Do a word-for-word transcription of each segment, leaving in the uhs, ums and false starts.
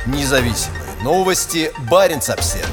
Независимые новости. Баренц-Обсервер.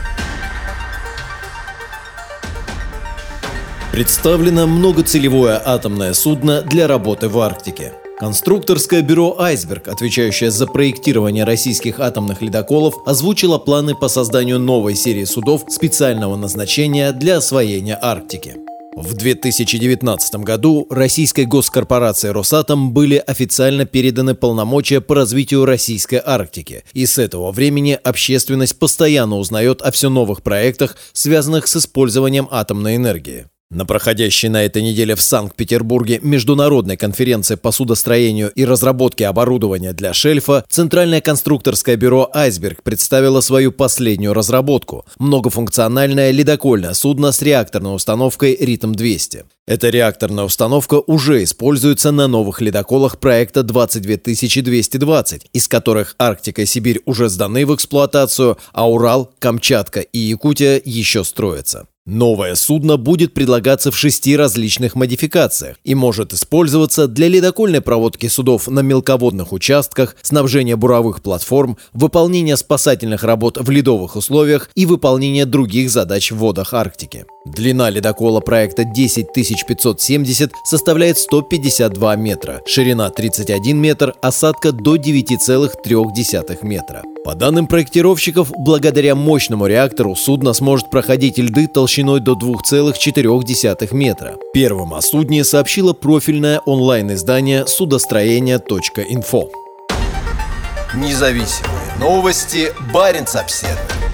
Представлено многоцелевое атомное судно для работы в Арктике. Конструкторское бюро «Айсберг», отвечающее за проектирование российских атомных ледоколов, озвучило планы по созданию новой серии судов специального назначения для освоения Арктики. В две тысячи девятнадцатом году российской госкорпорации «Росатом» были официально переданы полномочия по развитию российской Арктики, и с этого времени общественность постоянно узнает о все новых проектах, связанных с использованием атомной энергии. На проходящей на этой неделе в Санкт-Петербурге международной конференции по судостроению и разработке оборудования для шельфа Центральное конструкторское бюро «Айсберг» представило свою последнюю разработку – многофункциональное ледокольное судно с реакторной установкой «Ритм двести». Эта реакторная установка уже используется на новых ледоколах проекта двадцать две тысячи двести двадцать, из которых Арктика и Сибирь уже сданы в эксплуатацию, а Урал, Камчатка и Якутия еще строятся. Новое судно будет предлагаться в шести различных модификациях и может использоваться для ледокольной проводки судов на мелководных участках, снабжения буровых платформ, выполнения спасательных работ в ледовых условиях и выполнения других задач в водах Арктики. Длина ледокола проекта десять тысяч пятьсот семьдесят составляет сто пятьдесят два метра, ширина тридцать один метр, осадка до девять целых три десятых метра. По данным проектировщиков, благодаря мощному реактору судно сможет проходить льды толщиной до два целых четыре десятых метра. Первым о судне сообщило профильное онлайн-издание судостроение точка инфо. Независимые новости. Баренц-Обсервер.